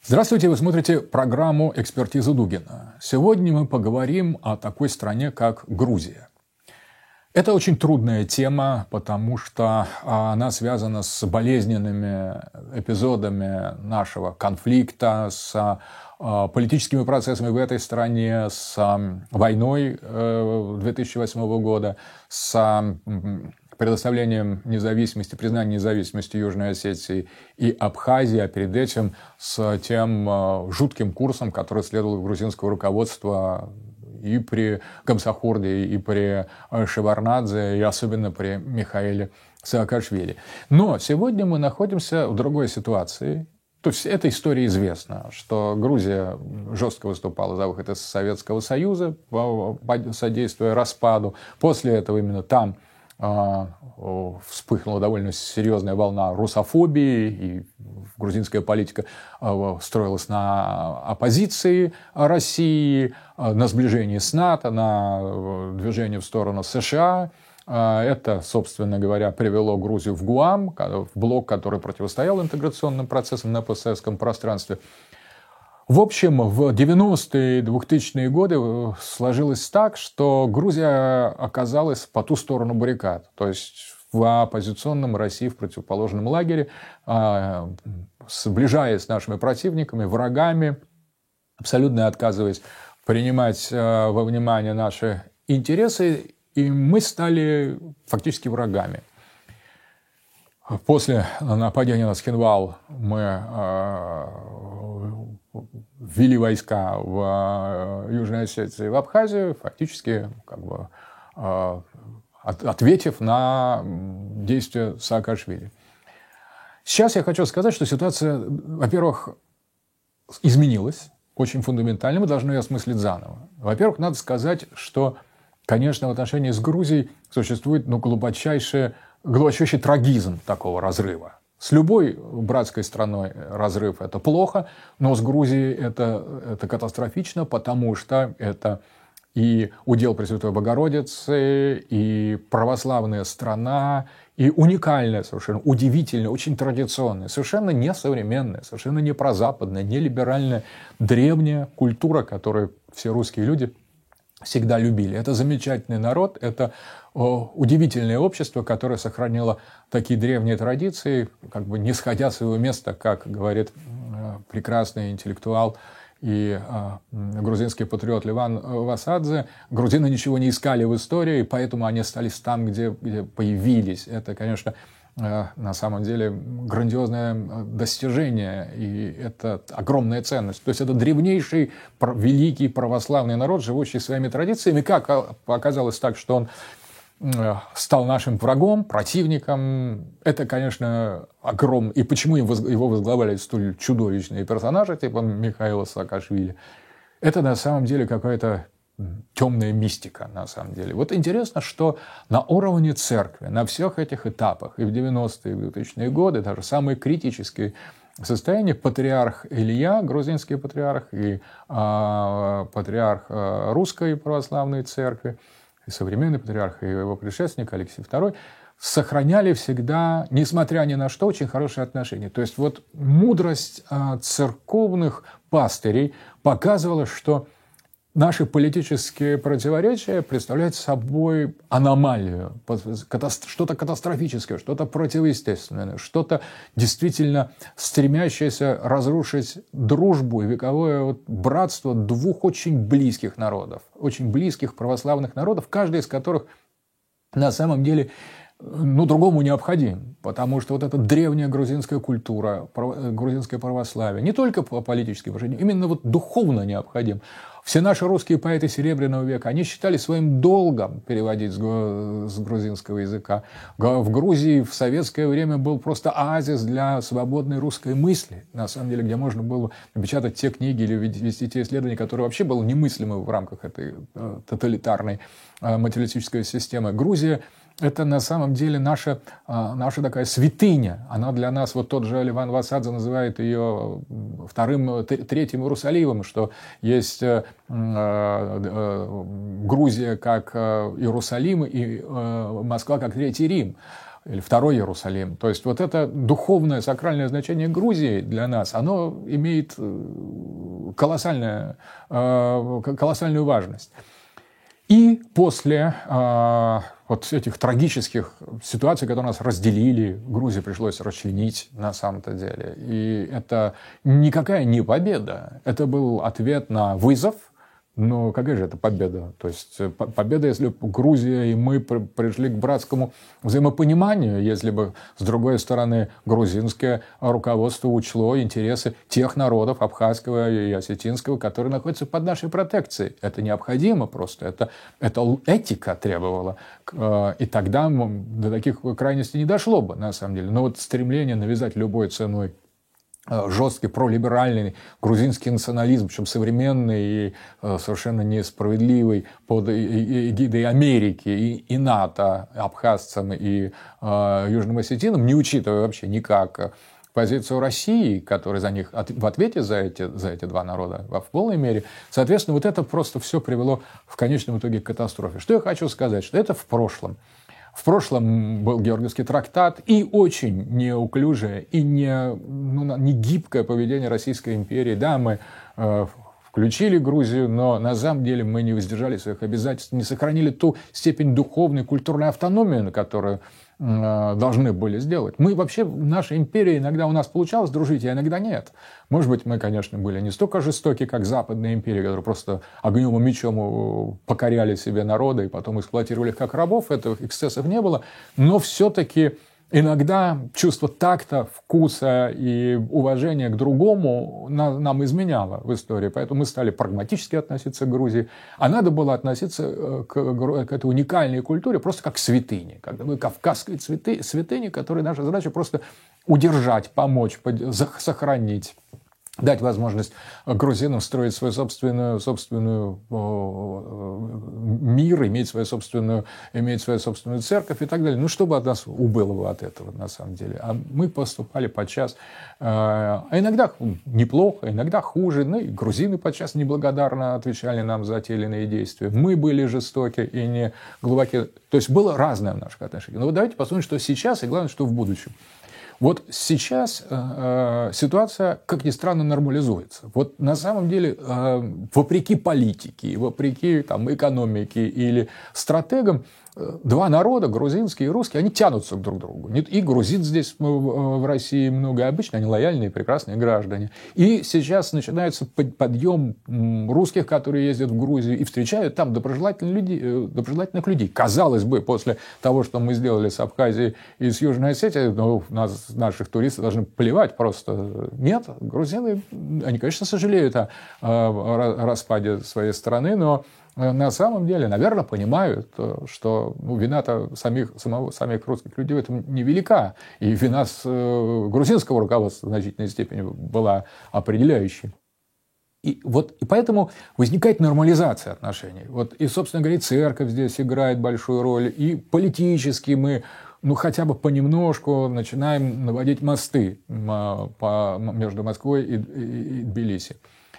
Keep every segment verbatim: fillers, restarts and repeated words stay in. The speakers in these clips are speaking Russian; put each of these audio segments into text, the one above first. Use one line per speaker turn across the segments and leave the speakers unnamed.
Здравствуйте, вы смотрите программу «Экспертиза Дугина». Сегодня мы поговорим о такой стране, как Грузия. Это очень трудная тема, потому что она связана с болезненными эпизодами нашего конфликта, с политическими процессами в этой стране, с войной две тысячи восьмого года, с предоставлением независимости, признанием независимости Южной Осетии и Абхазии, а перед этим с тем жутким курсом, который следовало грузинского руководства и при Гамсахурде, и при Шеварднадзе, и особенно при Михаиле Саакашвили. Но сегодня мы находимся в другой ситуации. То есть эта история известна, что Грузия жестко выступала за выход из Советского Союза, содействуя распаду. После этого именно там вспыхнула довольно серьезная волна русофобии, и грузинская политика строилась на оппозиции России, на сближении с НАТО, на движении в сторону США. Это, собственно говоря, привело Грузию в ГУАМ, в блок, который противостоял интеграционным процессам на постсоветском пространстве. В общем, в девяностые и двухтысячные годы сложилось так, что Грузия оказалась по ту сторону баррикад. То есть в оппозиционном России, в противоположном лагере, сближаясь с нашими противниками, врагами, абсолютно отказываясь принимать во внимание наши интересы, и мы стали фактически врагами. После нападения на Цхинвал мы ввели войска в Южной Осетии и в Абхазию, фактически как бы, ответив на действия Саакашвили. Сейчас я хочу сказать, что ситуация, во-первых, изменилась очень фундаментально, мы должны ее осмыслить заново. Во-первых, надо сказать, что, конечно, в отношении с Грузией существует ну, глубочайший, глубочайший трагизм такого разрыва. С любой братской страной разрыв – это плохо, но с Грузией это, это катастрофично, потому что это и удел Пресвятой Богородицы, и православная страна, и уникальная совершенно, удивительная, очень традиционная, совершенно не современная, совершенно не прозападная, не либеральная, древняя культура, которую все русские люди всегда любили. Это замечательный народ, это удивительное общество, которое сохранило такие древние традиции, как бы не сходя с своего места, как говорит прекрасный интеллектуал и грузинский патриот Леван Васадзе. Грузины ничего не искали в истории, поэтому они остались там, где, где появились. Это, конечно, на самом деле грандиозное достижение, и это огромная ценность. То есть это древнейший великий православный народ, живущий своими традициями. Как оказалось так, что он стал нашим врагом, противником, это, конечно, огромно. И почему его возглавляли столь чудовищные персонажи, типа Михаила Саакашвили, это на самом деле какая-то темная мистика, на самом деле. Вот интересно, что на уровне церкви, на всех этих этапах, и в девяностые, и в двухтысячные годы, даже самые критические состояния, патриарх Илья, грузинский патриарх, и э, патриарх э, Русской православной церкви, и современный патриарх, и его предшественник Алексей второй, сохраняли всегда, несмотря ни на что, очень хорошие отношения. То есть вот мудрость э, церковных пастырей показывала, что наши политические противоречия представляют собой аномалию, что-то катастрофическое, что-то противоестественное, что-то действительно стремящееся разрушить дружбу и вековое вот братство двух очень близких народов, очень близких православных народов, каждый из которых на самом деле ну, другому необходим, потому что вот эта древняя грузинская культура, грузинское православие, не только по политическим выражениям, именно вот духовно необходим. Все наши русские поэты Серебряного века, они считали своим долгом переводить с грузинского языка. В Грузии в советское время был просто оазис для свободной русской мысли, на самом деле, где можно было напечатать те книги или вести те исследования, которые вообще было немыслимы в рамках этой тоталитарной материалистической системы. Грузия – это на самом деле наша, наша такая святыня. Она для нас, вот тот же Леван Васадзе называет ее вторым, третьим Иерусалимом, что есть Грузия как Иерусалим и Москва как Третий Рим. или второй Иерусалим. То есть вот это духовное, сакральное значение Грузии для нас, оно имеет колоссальную, колоссальную важность. И после э, вот этих трагических ситуаций, которые нас разделили, Грузию пришлось расчленить на самом-то деле. И это никакая не победа. Это был ответ на вызов. Но какая же это победа? То есть победа, если бы Грузия и мы пришли к братскому взаимопониманию, если бы, с другой стороны, грузинское руководство учло интересы тех народов, абхазского и осетинского, которые находятся под нашей протекцией. Это необходимо просто, это, это этика требовала. И тогда до таких крайностей не дошло бы, на самом деле. Но вот стремление навязать любой ценой жесткий пролиберальный грузинский национализм, причем современный и совершенно несправедливый под эгидой Америки и, и НАТО, абхазцам и э, южным осетинам, не учитывая вообще никак позицию России, которая за них от, в ответе за эти, за эти два народа в полной мере. Соответственно, вот это просто все привело в конечном итоге к катастрофе. Что я хочу сказать? Что это в прошлом. В прошлом был Георгиевский трактат и очень неуклюжее и не, ну, не гибкое поведение Российской империи. Да, мы э, включили Грузию, но на самом деле мы не воздержали своих обязательств, не сохранили ту степень духовной, культурной автономии, на которую э, должны были сделать. Мы вообще, наша империя, иногда у нас получалось дружить, а иногда нет. Может быть, мы, конечно, были не столько жестоки, как западные империи, которые просто огнем и мечом покоряли себе народы и потом эксплуатировали их как рабов. Этого эксцессов не было. Но все-таки иногда чувство такта, вкуса и уважения к другому нам изменяло в истории. Поэтому мы стали прагматически относиться к Грузии. А надо было относиться к, к этой уникальной культуре просто как к святыне. Как к кавказской цветы, святыне, которой наша задача просто удержать, помочь, сохранить. Дать возможность грузинам строить свой собственную, собственную мир, иметь свою собственную, иметь свою собственную церковь и так далее. Ну, что бы от нас убыло бы от этого, на самом деле. А мы поступали подчас, а иногда неплохо, иногда хуже. Ну, и грузины подчас неблагодарно отвечали нам за те или иные действия. Мы были жестоки и не глубоки. То есть, было разное в наших отношениях. Но вот давайте посмотрим, что сейчас и, главное, что в будущем. Вот сейчас э, ситуация, как ни странно, нормализуется. Вот на самом деле, э, вопреки политике, вопреки там, экономике или стратегам, э, два народа, грузинский и русский, они тянутся друг к другу. И грузин здесь в России много, и обычно они лояльные, прекрасные граждане. И сейчас начинается подъем русских, которые ездят в Грузию и встречают там доброжелательных людей. Доброжелательных людей. Казалось бы, после того, что мы сделали с Абхазией и с Южной Осетией, ну, нас наших туристов должны плевать просто. Нет, грузины, они, конечно, сожалеют о, о распаде своей страны, но на самом деле, наверное, понимают, что ну, вина-то самих, самого, самих русских людей в этом невелика. И вина с грузинского руководства в значительной степени была определяющей. И, вот, и поэтому возникает нормализация отношений. Вот, и, собственно говоря, церковь здесь играет большую роль, и политически мы ну, хотя бы понемножку начинаем наводить мосты по, между Москвой и, и, и Тбилиси.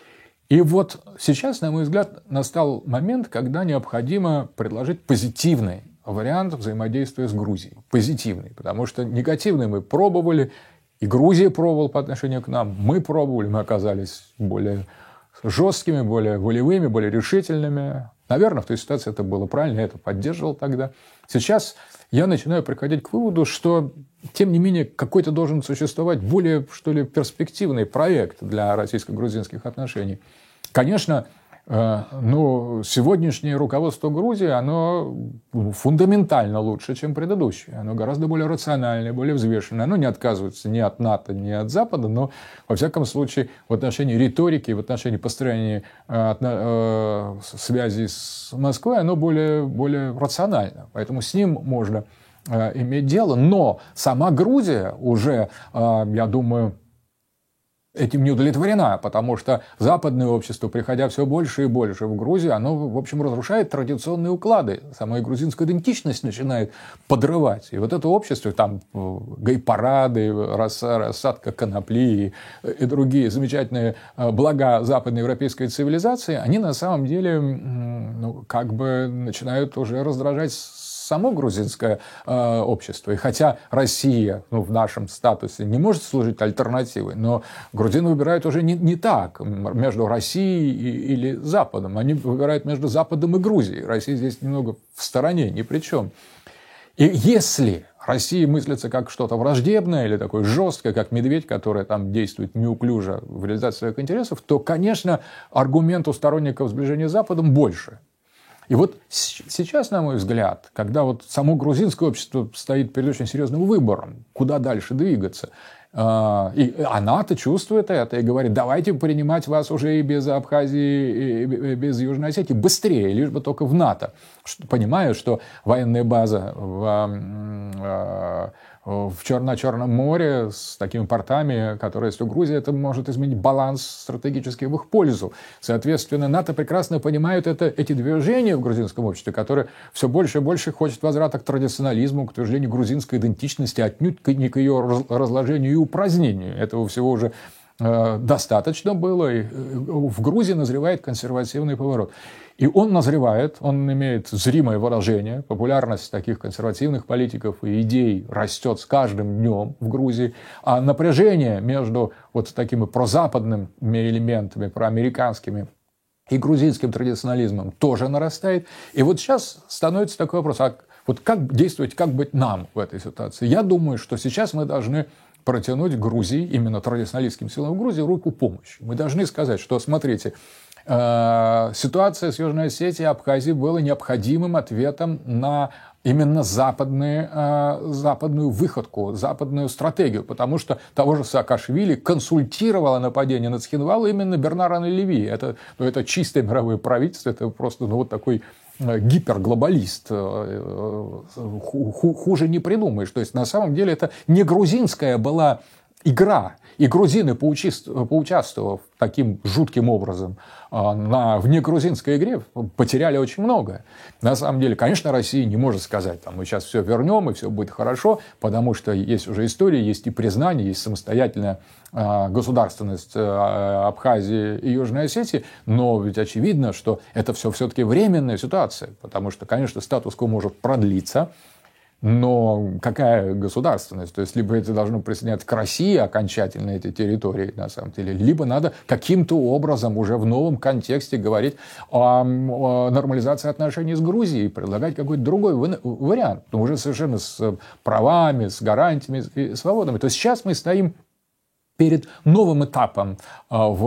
И вот сейчас, на мой взгляд, настал момент, когда необходимо предложить позитивный вариант взаимодействия с Грузией. Позитивный, потому что негативный мы пробовали, и Грузия пробовала по отношению к нам, мы пробовали, мы оказались более жесткими, более волевыми, более решительными. Наверное, в той ситуации это было правильно, я это поддерживал тогда. Сейчас я начинаю приходить к выводу, что, тем не менее, какой-то должен существовать более, что ли, перспективный проект для российско-грузинских отношений. Конечно, э, ну, сегодняшнее руководство Грузии, оно фундаментально лучше, чем предыдущее. Оно гораздо более рациональное, более взвешенное. Оно не отказывается ни от НАТО, ни от Запада, но, во всяком случае, в отношении риторики, в отношении построения э, э, связи с Москвой, оно более, более рационально. Поэтому с ним можно э, иметь дело. Но сама Грузия уже, э, я думаю, этим не удовлетворена, потому что западное общество, приходя все больше и больше в Грузию, оно, в общем, разрушает традиционные уклады. Сама грузинская идентичность начинает подрывать. И вот это общество, там гей-парады, рассадка конопли и, и другие замечательные блага западноевропейской цивилизации, они на самом деле ну, как бы начинают уже раздражать само грузинское э, общество. И хотя Россия, ну, в нашем статусе не может служить альтернативой, но грузины выбирают уже не, не так между Россией и, или Западом. Они выбирают между Западом и Грузией. Россия здесь немного в стороне, ни при чем. И если Россия мыслится как что-то враждебное или такое жесткое, как медведь, который там действует неуклюже в реализации своих интересов, то, конечно, аргумент у сторонников сближения с Западом больше. И вот сейчас, на мой взгляд, когда вот само грузинское общество стоит перед очень серьезным выбором, куда дальше двигаться, и она-то чувствует это и говорит, давайте принимать вас уже и без Абхазии, и без Южной Осетии, быстрее, лишь бы только в НАТО. Понимая, что военная база в, в Чер- на Черном море с такими портами, которые есть у Грузии, это может изменить баланс стратегически в их пользу. Соответственно, НАТО прекрасно понимают это, эти движения в грузинском обществе, которые все больше и больше хочет возврата к традиционализму, к утверждению грузинской идентичности, отнюдь не к ее разложению и упразднению. Этого всего уже э, достаточно было. И в Грузии назревает консервативный поворот. И он назревает, он имеет зримое выражение. Популярность таких консервативных политиков и идей растет с каждым днем в Грузии. А напряжение между вот такими прозападными элементами, проамериканскими и грузинским традиционализмом тоже нарастает. И вот сейчас становится такой вопрос, а вот как действовать, как быть нам в этой ситуации? Я думаю, что сейчас мы должны протянуть Грузии, именно традиционалистским силам в Грузии, руку помощи. Мы должны сказать, что, смотрите, ситуация с Южной Осетией и Абхазией была необходимым ответом на именно западные, западную выходку, западную стратегию, потому что того же Саакашвили консультировало нападение на Цхинвал именно Бернар Леви. Это, ну, это чистое мировое правительство, это просто ну, вот такой гиперглобалист. Хуже не придумаешь. То есть, на самом деле, это не грузинская была игра. И грузины, поучаствовав таким жутким образом на внегрузинской игре, потеряли очень многое. На самом деле, конечно, Россия не может сказать, там, мы сейчас все вернем и все будет хорошо, потому что есть уже история, есть и признание, есть самостоятельная государственность Абхазии и Южной Осетии, но ведь очевидно, что это все все-таки временная ситуация, потому что, конечно, статус-кво может продлиться. Но какая государственность? То есть, либо это должно присоединяться к России окончательно, эти территории, на самом деле, либо надо каким-то образом уже в новом контексте говорить о, о нормализации отношений с Грузией, предлагать какой-то другой вариант, но уже совершенно с правами, с гарантиями и свободами. То есть, сейчас мы стоим перед новым этапом в,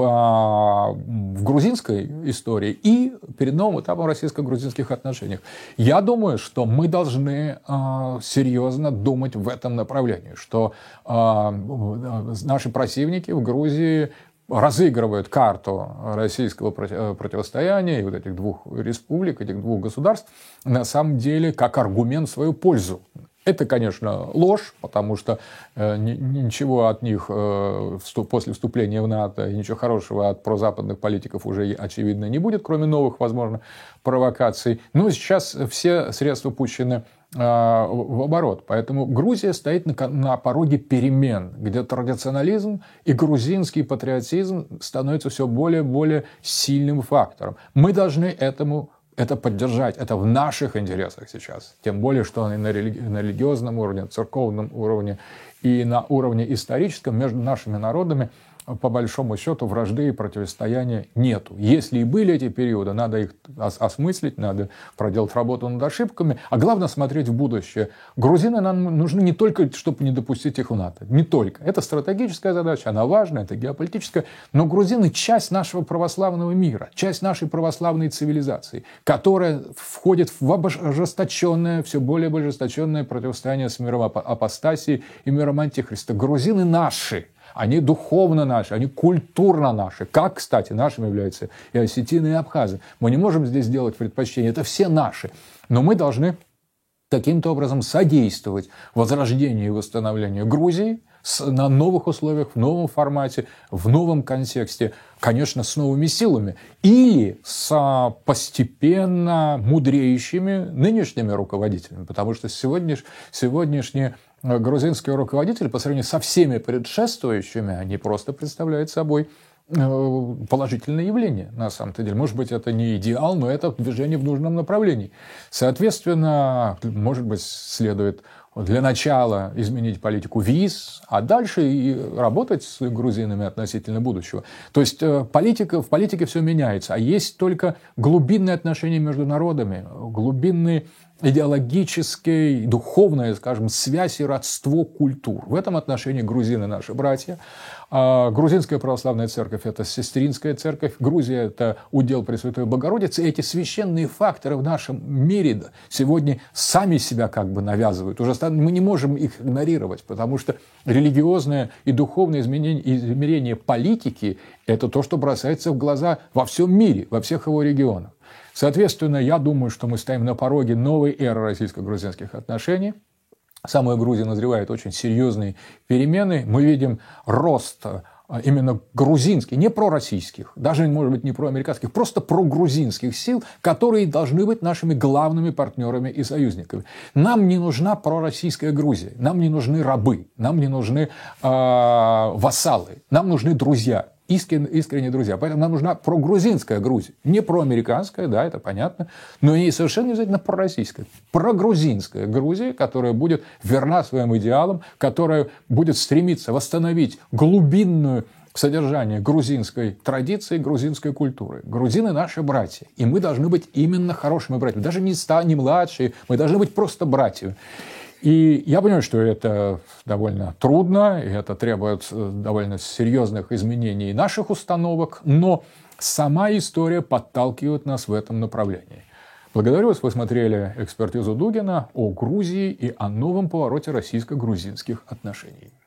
в грузинской истории и перед новым этапом российско-грузинских отношений. Я думаю, что мы должны э, серьезно думать в этом направлении, что э, наши противники в Грузии разыгрывают карту российского противостояния и вот этих двух республик, этих двух государств, на самом деле как аргумент в свою пользу. Это, конечно, ложь, потому что э, ничего от них э, вступ, после вступления в НАТО, и ничего хорошего от прозападных политиков уже, очевидно, не будет, кроме новых, возможно, провокаций. Но сейчас все средства пущены э, в оборот. Поэтому Грузия стоит на, на пороге перемен, где традиционализм и грузинский патриотизм становятся все более и более сильным фактором. Мы должны этому это поддержать, это в наших интересах сейчас. Тем более, что на религиозном уровне, церковном уровне и на уровне историческом между нашими народами по большому счету вражды и противостояния нету. Если и были эти периоды, надо их осмыслить, надо проделать работу над ошибками, а главное смотреть в будущее. Грузины нам нужны не только, чтобы не допустить их в НАТО, не только. Это стратегическая задача, она важная, это геополитическая, но грузины часть нашего православного мира, часть нашей православной цивилизации, которая входит в ожесточенное, все более ожесточенное противостояние с миром апостасии и миром антихриста. Грузины наши. Они духовно наши, они культурно наши. Как, кстати, нашими являются и осетины, и абхазы. Мы не можем здесь делать предпочтения. Это все наши. Но мы должны каким-то образом содействовать возрождению и восстановлению Грузии на новых условиях, в новом формате, в новом контексте, конечно, с новыми силами. Или с постепенно мудреющими нынешними руководителями. Потому что сегодняш, сегодняшние грузинские руководители, по сравнению со всеми предшествующими, они просто представляют собой положительное явление, на самом-то деле. Может быть, это не идеал, но это движение в нужном направлении. Соответственно, может быть, следует для начала изменить политику виз, а дальше и работать с грузинами относительно будущего. То есть политика, в политике все меняется, а есть только глубинные отношения между народами, глубинные идеологическая, духовная, скажем, связь и родство культур. В этом отношении грузины наши братья. Грузинская православная церковь – это сестринская церковь. Грузия – это удел Пресвятой Богородицы. И эти священные факторы в нашем мире сегодня сами себя как бы навязывают. Уже мы не можем их игнорировать, потому что религиозное и духовное изменение, измерение политики – это то, что бросается в глаза во всем мире, во всех его регионах. Соответственно, я думаю, что мы стоим на пороге новой эры российско-грузинских отношений. Самая Грузия назревает очень серьезные перемены. Мы видим рост именно грузинских, не пророссийских, даже, может быть, не проамериканских, просто прогрузинских сил, которые должны быть нашими главными партнерами и союзниками. Нам не нужна пророссийская Грузия, нам не нужны рабы, нам не нужны э, вассалы, нам нужны друзья. Искренние, искренние друзья. Поэтому нам нужна прогрузинская Грузия. Не проамериканская, да, это понятно, но и совершенно не обязательно пророссийская. Прогрузинская Грузия, которая будет верна своим идеалам, которая будет стремиться восстановить глубинную содержание грузинской традиции, грузинской культуры. Грузины наши братья. И мы должны быть именно хорошими братьями. Даже не, ста, не младшие, мы должны быть просто братьями. И я понимаю, что это довольно трудно, и это требует довольно серьезных изменений наших установок, но сама история подталкивает нас в этом направлении. Благодарю вас, вы смотрели экспертизу Дугина о Грузии и о новом повороте российско-грузинских отношений.